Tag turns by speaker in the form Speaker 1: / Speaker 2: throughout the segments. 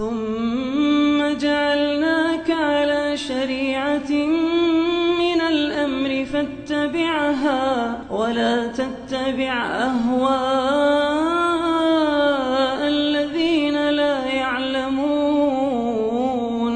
Speaker 1: ثم جعلناك على شريعة من الأمر فاتبعها ولا تتبع أهواء الذين لا يعلمون.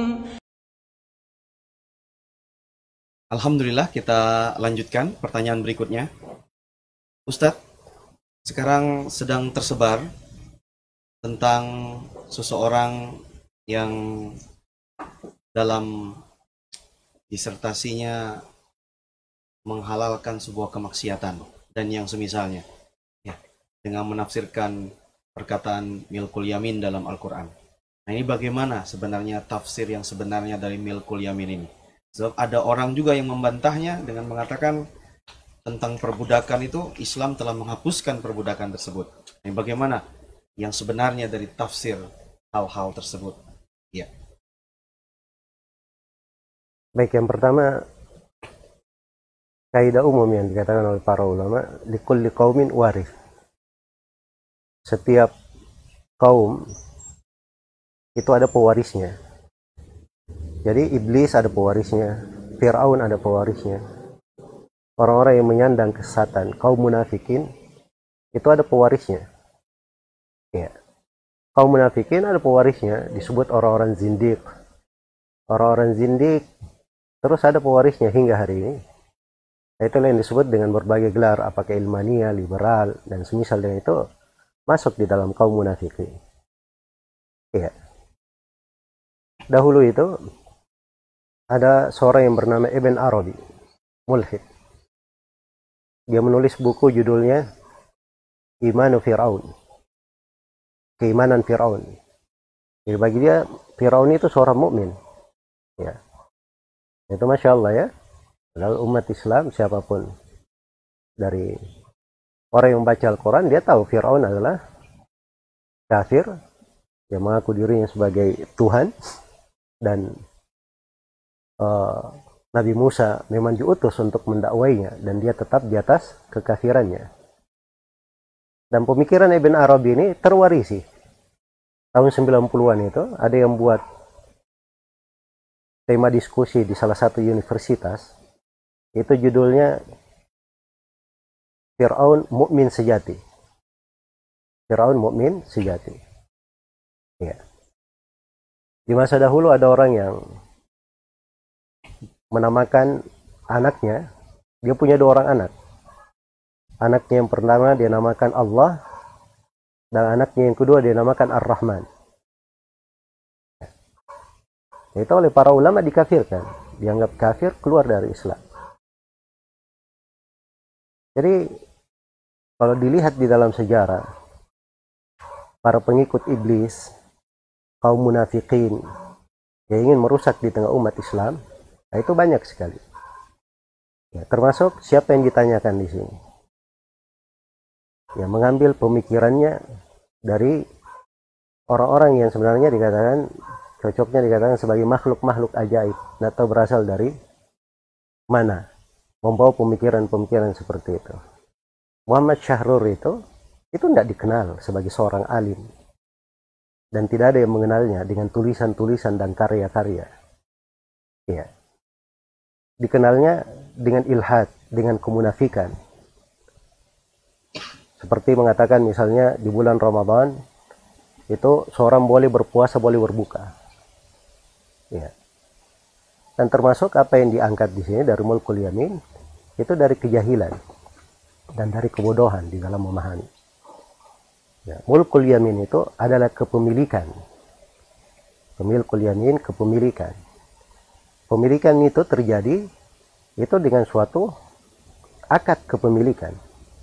Speaker 2: Alhamdulillah, kita lanjutkan pertanyaan berikutnya. Ustadz, sekarang sedang tersebar tentang seseorang yang dalam disertasinya menghalalkan sebuah kemaksiatan dan yang semisalnya, ya, dengan menafsirkan perkataan milkul yamin dalam Al-Quran. Nah, ini bagaimana sebenarnya tafsir yang sebenarnya dari milkul yamin ini? Sebab ada orang juga yang membantahnya dengan mengatakan tentang perbudakan itu Islam telah menghapuskan perbudakan tersebut. Ini bagaimana yang sebenarnya dari tafsir hal-hal tersebut? Ya.
Speaker 3: Baik, yang pertama, kaidah umum yang dikatakan oleh para ulama, likulli qaumin warith. Setiap kaum itu ada pewarisnya. Jadi iblis ada pewarisnya, Fir'aun ada pewarisnya. Orang-orang yang menyandang kesesatan, kaum munafikin, itu ada pewarisnya. Ya. Kaum munafikin ada pewarisnya, disebut orang-orang zindiq. Orang-orang zindiq terus ada pewarisnya hingga hari ini. Itulah yang disebut dengan berbagai gelar, apakah ilmania, liberal, dan semisal dengan itu masuk di dalam kaum munafikin. Ya. Dahulu itu ada seorang yang bernama Ibn Arabi, mulhid. Dia menulis buku judulnya Imanu Fir'aun, keimanan Fir'aun. Jadi bagi dia Fir'aun itu seorang mukmin. Ya. Itu Masya Allah ya. Lalu umat Islam siapapun dari orang yang membaca Al-Quran, dia tahu Fir'aun adalah kafir yang mengaku dirinya sebagai Tuhan, dan Nabi Musa memang diutus untuk mendakwainya, dan dia tetap di atas kekafirannya. Dan pemikiran Ibn Arabi ini terwarisi. Tahun 90-an itu ada yang buat tema diskusi di salah satu universitas. Itu judulnya Fir'aun Mukmin Sejati. Fir'aun Mukmin Sejati. Ya. Di masa dahulu ada orang yang menamakan anaknya, dia punya 2 orang anak. Anaknya yang pertama dia namakan Allah, dan anaknya yang kedua dia namakan Ar-Rahman. Itu oleh para ulama dikafirkan, dianggap kafir, keluar dari Islam. Jadi kalau dilihat di dalam sejarah, para pengikut iblis, kaum munafikin yang ingin merusak di tengah umat Islam, nah itu banyak sekali. Ya, termasuk siapa yang ditanyakan di sini? Ya, mengambil pemikirannya dari orang-orang yang sebenarnya dikatakan, cocoknya dikatakan sebagai makhluk-makhluk ajaib, atau berasal dari mana? Membawa pemikiran-pemikiran seperti itu. Muhammad Syahrur itu tidak dikenal sebagai seorang alim, dan tidak ada yang mengenalnya dengan tulisan-tulisan dan karya-karya. Ya. Dikenalnya dengan ilhad, dengan kemunafikan. Seperti mengatakan misalnya di bulan Ramadan itu seorang boleh berpuasa, boleh berbuka. Ya. Dan termasuk apa yang diangkat di sini dari mulkul yamin, itu dari kejahilan dan dari kebodohan di dalam memahami. Ya, mulkul yamin itu adalah kepemilikan. Mulkul yamin, kepemilikan. Pemilikan itu terjadi itu dengan suatu akad kepemilikan.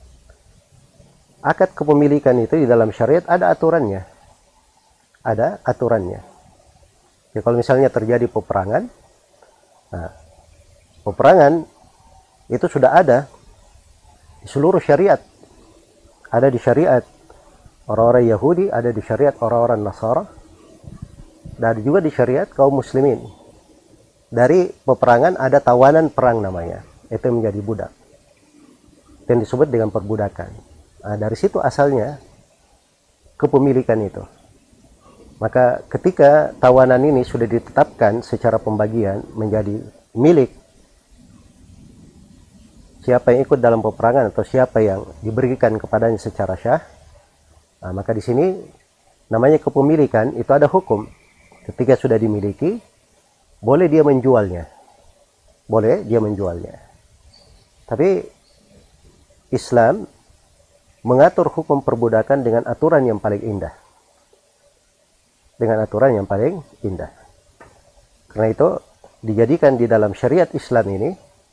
Speaker 3: Akad kepemilikan itu di dalam syariat ada aturannya. Ada aturannya. Ya, kalau misalnya terjadi peperangan, nah, peperangan itu sudah ada di seluruh syariat. Ada di syariat orang-orang Yahudi, ada di syariat orang-orang Nasara, dan ada juga di syariat kaum muslimin. Dari peperangan ada tawanan perang namanya, itu menjadi budak, yang disebut dengan perbudakan. Nah, dari situ asalnya kepemilikan itu. Maka ketika tawanan ini sudah ditetapkan secara pembagian menjadi milik siapa yang ikut dalam peperangan atau siapa yang diberikan kepadanya secara syah, maka di sini namanya kepemilikan itu ada hukum. Ketika sudah dimiliki, boleh dia menjualnya. Boleh dia menjualnya. Tapi Islam mengatur hukum perbudakan dengan aturan yang paling indah. Dengan aturan yang paling indah. Karena itu dijadikan di dalam syariat Islam ini,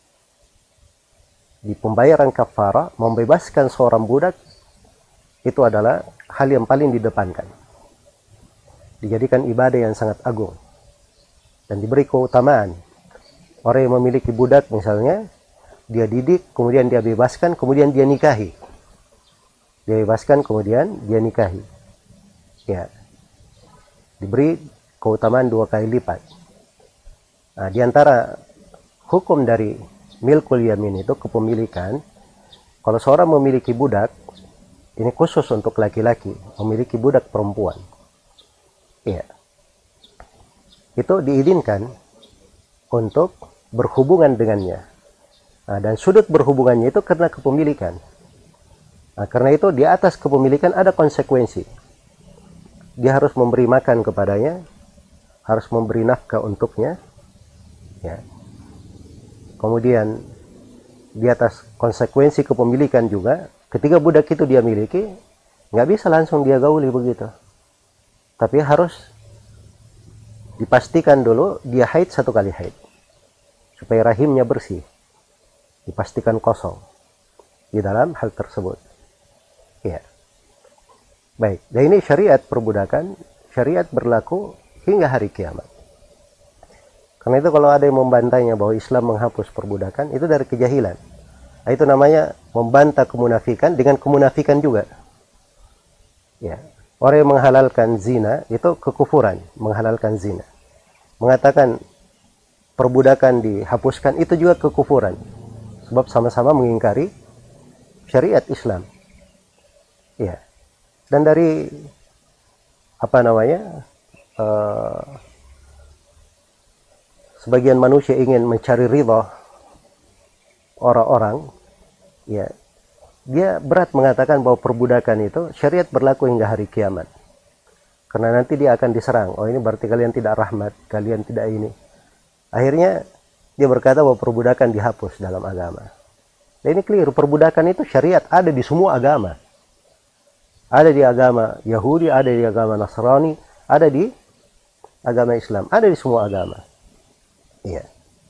Speaker 3: di pembayaran kafarah, membebaskan seorang budak itu adalah hal yang paling didepankan. Dijadikan ibadah yang sangat agung dan diberi keutamaan. Orang yang memiliki budak misalnya, dia didik, kemudian dia bebaskan, kemudian dia nikahi. Dia bebaskan, kemudian dia nikahi. Ya, diberi keutamaan 2 kali lipat. Nah, di antara hukum dari milkul yamin itu kepemilikan, kalau seorang memiliki budak, ini khusus untuk laki-laki, memiliki budak perempuan. Ya, itu diizinkan untuk berhubungan dengannya. Nah, dan sudut berhubungannya itu karena kepemilikan. Nah, karena itu di atas kepemilikan ada konsekuensi. Dia harus memberi makan kepadanya, harus memberi nafkah untuknya. Ya. Kemudian di atas konsekuensi kepemilikan juga, ketika budak itu dia miliki, nggak bisa langsung dia gauli begitu. Tapi harus dipastikan dulu dia haid 1 kali haid. Supaya rahimnya bersih. Dipastikan kosong di dalam hal tersebut. Ya. Baik, dan ini syariat perbudakan, syariat berlaku hingga hari kiamat. Karena itu kalau ada yang membantainya bahwa Islam menghapus perbudakan, itu dari kejahilan. Nah, itu namanya membantah kemunafikan dengan kemunafikan juga. Ya. Orang yang menghalalkan zina itu kekufuran, menghalalkan zina. Mengatakan perbudakan dihapuskan itu juga kekufuran. Sebab sama-sama mengingkari syariat Islam. Ya. Dan dari sebagian manusia ingin mencari ridha orang-orang, ya, dia berat mengatakan bahwa perbudakan itu syariat berlaku hingga hari kiamat. Karena nanti dia akan diserang. Oh, ini berarti kalian tidak rahmat, kalian tidak ini. Akhirnya dia berkata bahwa perbudakan dihapus dalam agama. Dan ini keliru. Perbudakan itu syariat ada di semua agama. Ada di agama Yahudi, ada di agama Nasrani, ada di agama Islam, ada di semua agama. Iya.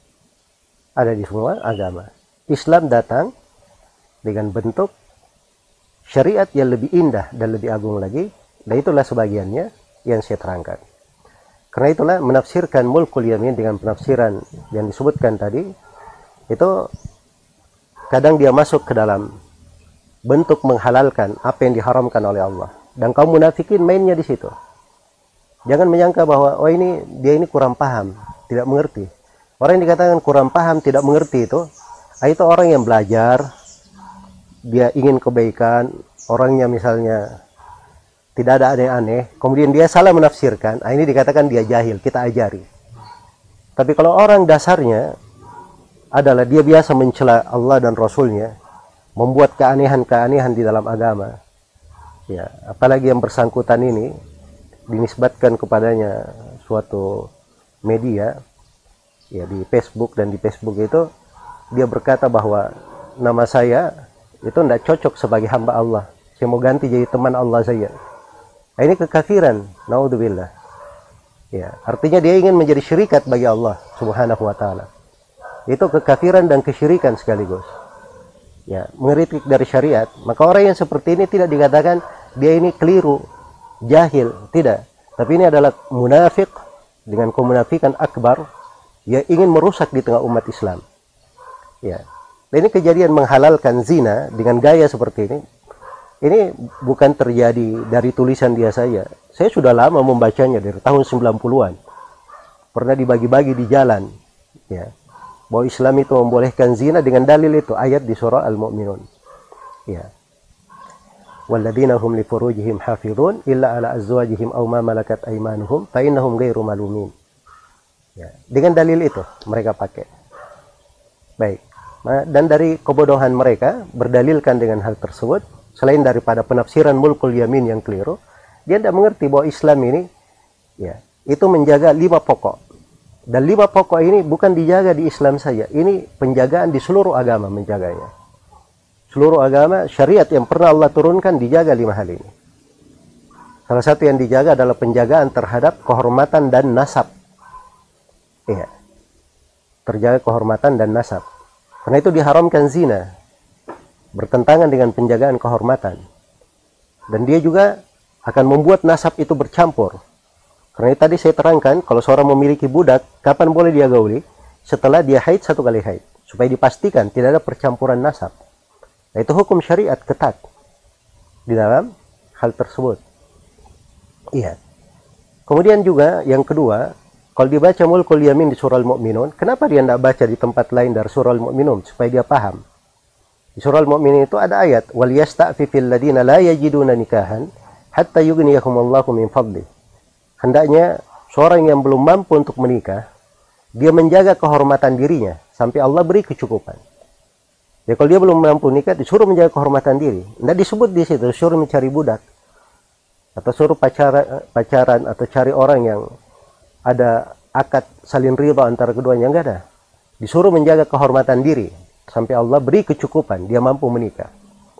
Speaker 3: Ada di semua agama. Islam datang dengan bentuk syariat yang lebih indah dan lebih agung lagi, dan itulah sebagiannya yang saya terangkan. Karena itulah menafsirkan mulkul yamin dengan penafsiran yang disebutkan tadi, itu kadang dia masuk ke dalam bentuk menghalalkan apa yang diharamkan oleh Allah. Dan kaum munafikin mainnya di situ. Jangan menyangka bahwa dia ini kurang paham, tidak mengerti. Orang yang dikatakan kurang paham, tidak mengerti itu orang yang belajar, dia ingin kebaikan, orangnya misalnya tidak ada aneh-aneh, kemudian dia salah menafsirkan, ini dikatakan dia jahil, kita ajari. Tapi kalau orang dasarnya adalah dia biasa mencela Allah dan Rasulnya, membuat keanehan-keanehan di dalam agama, ya, apalagi yang bersangkutan ini dinisbatkan kepadanya suatu media, ya, di Facebook, dan di Facebook itu dia berkata bahwa nama saya itu tidak cocok sebagai hamba Allah, saya mau ganti jadi teman Allah saja. Nah, ini kekafiran, naudzubillah. Ya, artinya dia ingin menjadi syirikat bagi Allah Subhanahu wa taala. Itu kekafiran dan kesyirikan sekaligus. Ya, mengkritik dari syariat. Maka orang yang seperti ini tidak dikatakan dia ini keliru, jahil, tidak. Tapi ini adalah munafik dengan kemunafikan akbar, yang ingin merusak di tengah umat Islam. Ya. Dan ini kejadian menghalalkan zina dengan gaya seperti ini bukan terjadi dari tulisan dia saja. Saya sudah lama membacanya dari tahun 90-an. Pernah dibagi-bagi di jalan, ya, bahwa Islam itu membolehkan zina dengan dalil itu ayat di surah Al-Mu'minun. Ya. walladzina hum li furujihim hafizun illa ala azwajihim aw ma malakat aymanuhum fa innahum ghairu malumin. Ya, dengan dalil itu mereka pakai. Baik. Dan dari kebodohan mereka berdalilkan dengan hal tersebut, selain daripada penafsiran mulkul yamin yang keliru, dia tidak mengerti bahwa Islam ini ya, itu menjaga 5 pokok. Dan 5 pokok ini bukan dijaga di Islam saja, ini penjagaan di seluruh agama menjaganya. Seluruh agama, syariat yang pernah Allah turunkan dijaga 5 hal ini. Salah satu yang dijaga adalah penjagaan terhadap kehormatan dan nasab. Iya. Terjaga kehormatan dan nasab. Karena itu diharamkan zina. Bertentangan dengan penjagaan kehormatan. Dan dia juga akan membuat nasab itu bercampur. Karena tadi saya terangkan, kalau seorang memiliki budak, kapan boleh dia gauli? Setelah dia haid 1 kali haid. Supaya dipastikan tidak ada percampuran nasab. Nah, itu hukum syariat ketat di dalam hal tersebut. Iya. Kemudian juga yang kedua, kalau dibaca mulkul yamin di surah Al-Mu'minun, kenapa dia tidak baca di tempat lain dari surah Al-Mu'minun supaya dia paham? Di surah Al-Mu'minun itu ada ayat, wal yasta'fifil ladina la yajiduna nikahan hatta yughniyahumullahu min fadli. Hendaknya seorang yang belum mampu untuk menikah, dia menjaga kehormatan dirinya sampai Allah beri kecukupan. Ya, kalau dia belum mampu nikah, disuruh menjaga kehormatan diri. Tidak disebut di situ, disuruh mencari budak. Atau suruh pacaran atau cari orang yang ada akad salin ridha antara keduanya. Enggak ada. Disuruh menjaga kehormatan diri. Sampai Allah beri kecukupan, dia mampu menikah.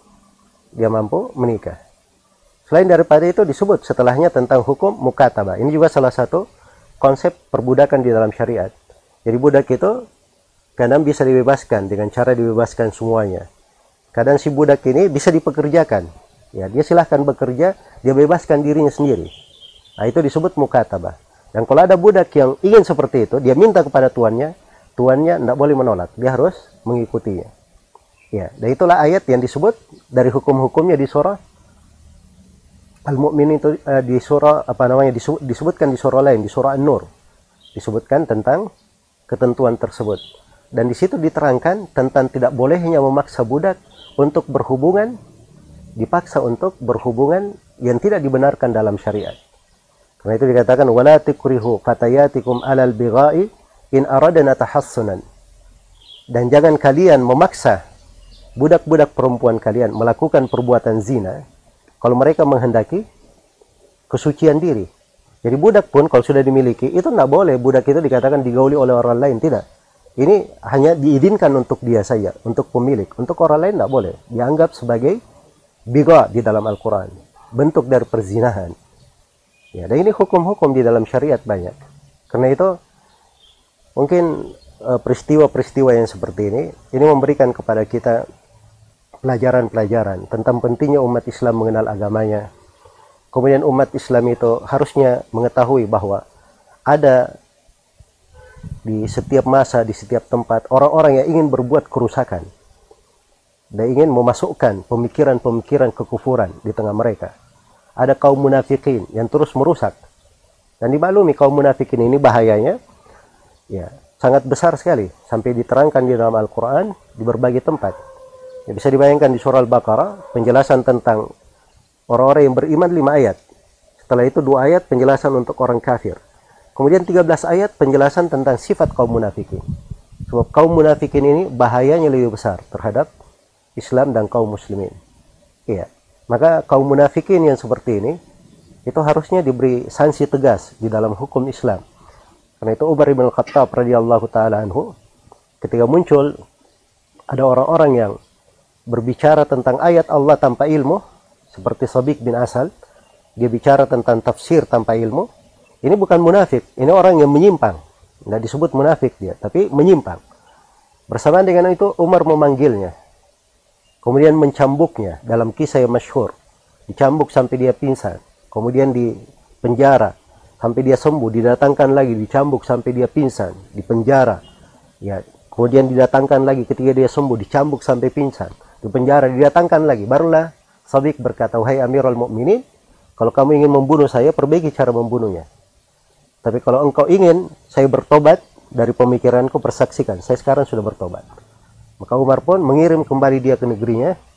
Speaker 3: Dia mampu menikah. Selain daripada itu disebut setelahnya tentang hukum mukatabah. Ini juga salah satu konsep perbudakan di dalam syariat. Jadi budak itu kadang bisa dibebaskan dengan cara dibebaskan semuanya. Kadang si budak ini bisa dipekerjakan. Ya, dia silahkan bekerja, dia bebaskan dirinya sendiri. Nah, itu disebut mukatabah. Dan kalau ada budak yang ingin seperti itu, dia minta kepada tuannya tidak boleh menolak. Dia harus mengikutinya. Ya, dan itulah ayat yang disebut dari hukum-hukumnya di surah Al-Mu'min itu di surah disebutkan di surah lain, di surah An-Nur. Disebutkan tentang ketentuan tersebut. Dan di situ diterangkan tentang tidak bolehnya memaksa budak untuk berhubungan, dipaksa untuk berhubungan yang tidak dibenarkan dalam syariat. Karena itu dikatakan wala tikrihu fatayatikum alal bigha'i in aradna tahassunan. Dan jangan kalian memaksa budak-budak perempuan kalian melakukan perbuatan zina kalau mereka menghendaki kesucian diri. Jadi budak pun kalau sudah dimiliki itu tidak boleh budak itu dikatakan digauli oleh orang lain, tidak. Ini hanya diizinkan untuk dia saja, untuk pemilik. Untuk orang lain tidak boleh. Dianggap sebagai bigha di dalam Al-Quran. Bentuk dari perzinahan. Ya, dan ini hukum-hukum di dalam syariat banyak. Karena itu, mungkin peristiwa-peristiwa yang seperti ini memberikan kepada kita pelajaran-pelajaran tentang pentingnya umat Islam mengenal agamanya. Kemudian umat Islam itu harusnya mengetahui bahwa ada di setiap masa, di setiap tempat, orang-orang yang ingin berbuat kerusakan dan ingin memasukkan pemikiran-pemikiran kekufuran di tengah mereka. Ada kaum munafikin yang terus merusak. Dan dimaklumi kaum munafikin ini bahayanya ya sangat besar sekali, sampai diterangkan di dalam Al-Quran di berbagai tempat. Ya, bisa dibayangkan di surah Al-Baqarah penjelasan tentang orang-orang yang beriman 5 ayat. Setelah itu 2 ayat penjelasan untuk orang kafir. Kemudian 13 ayat penjelasan tentang sifat kaum munafikin. Sebab kaum munafikin ini bahayanya lebih besar terhadap Islam dan kaum muslimin. Iya. Maka kaum munafikin yang seperti ini itu harusnya diberi sanksi tegas di dalam hukum Islam. Karena itu Umar bin Khattab radhiyallahu taala anhu ketika muncul ada orang-orang yang berbicara tentang ayat Allah tanpa ilmu seperti Sabiq bin Asal, dia bicara tentang tafsir tanpa ilmu. Ini bukan munafik, ini orang yang menyimpang. Tidak disebut munafik dia, tapi menyimpang. Bersamaan dengan itu Umar memanggilnya. Kemudian mencambuknya dalam kisah yang masyhur. Dicambuk sampai dia pingsan. Kemudian dipenjara sampai dia sembuh. Didatangkan lagi, dicambuk sampai dia pingsan. Dipenjara. Ya, kemudian didatangkan lagi ketika dia sembuh. Dicambuk sampai pingsan. Dipenjara, didatangkan lagi. Barulah Sabiq berkata, wahai Amirul Mukminin, kalau kamu ingin membunuh saya, perbaiki cara membunuhnya. Tapi kalau engkau ingin saya bertobat dari pemikiranku, persaksikan saya sekarang sudah bertobat. Maka Umar pun mengirim kembali dia ke negerinya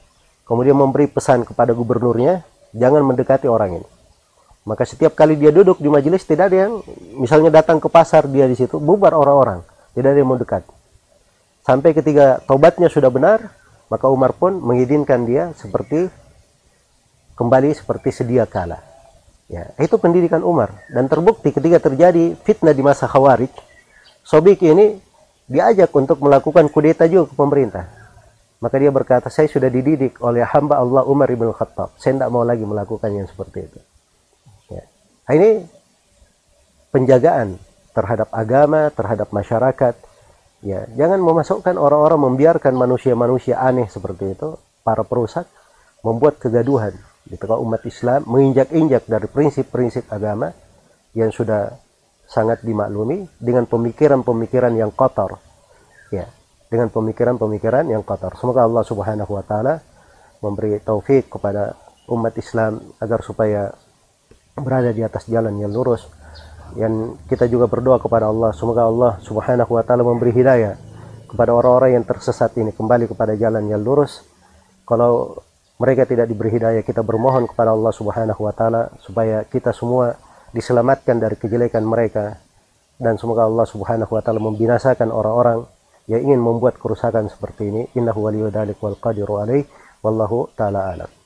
Speaker 3: kemudian memberi pesan kepada gubernurnya, jangan mendekati orang ini. Maka setiap kali dia duduk di majelis, tidak ada yang misalnya datang ke pasar, dia di situ, bubar orang-orang, tidak ada yang mau dekat. Sampai ketika tobatnya sudah benar, maka Umar pun mengizinkan dia kembali seperti sedia kala. Ya, itu pendidikan Umar. Dan terbukti ketika terjadi fitnah di masa Khawarij, Sobik ini diajak untuk melakukan kudeta juga ke pemerintah. Maka dia berkata, saya sudah dididik oleh hamba Allah Umar ibn Khattab. Saya tidak mau lagi melakukan yang seperti itu. Ya. Nah, ini penjagaan terhadap agama, terhadap masyarakat. Ya, jangan memasukkan orang-orang, membiarkan manusia-manusia aneh seperti itu, para perusak, membuat kegaduhan di tengah umat Islam, menginjak-injak dari prinsip-prinsip agama yang sudah sangat dimaklumi dengan pemikiran-pemikiran yang kotor. Ya, dengan pemikiran-pemikiran yang kotor. Semoga Allah Subhanahu wa taala memberi taufik kepada umat Islam agar supaya berada di atas jalan yang lurus. Dan kita juga berdoa kepada Allah, semoga Allah Subhanahu wa taala memberi hidayah kepada orang-orang yang tersesat ini kembali kepada jalan yang lurus. Kalau mereka tidak diberi hidayah, kita bermohon kepada Allah Subhanahu wa taala supaya kita semua diselamatkan dari kejelekan mereka, dan semoga Allah Subhanahu wa taala membinasakan orang-orang yang ingin membuat kerusakan seperti ini. Innahu waliyyu dzalik wal qadiru alaih, wallahu taala alam.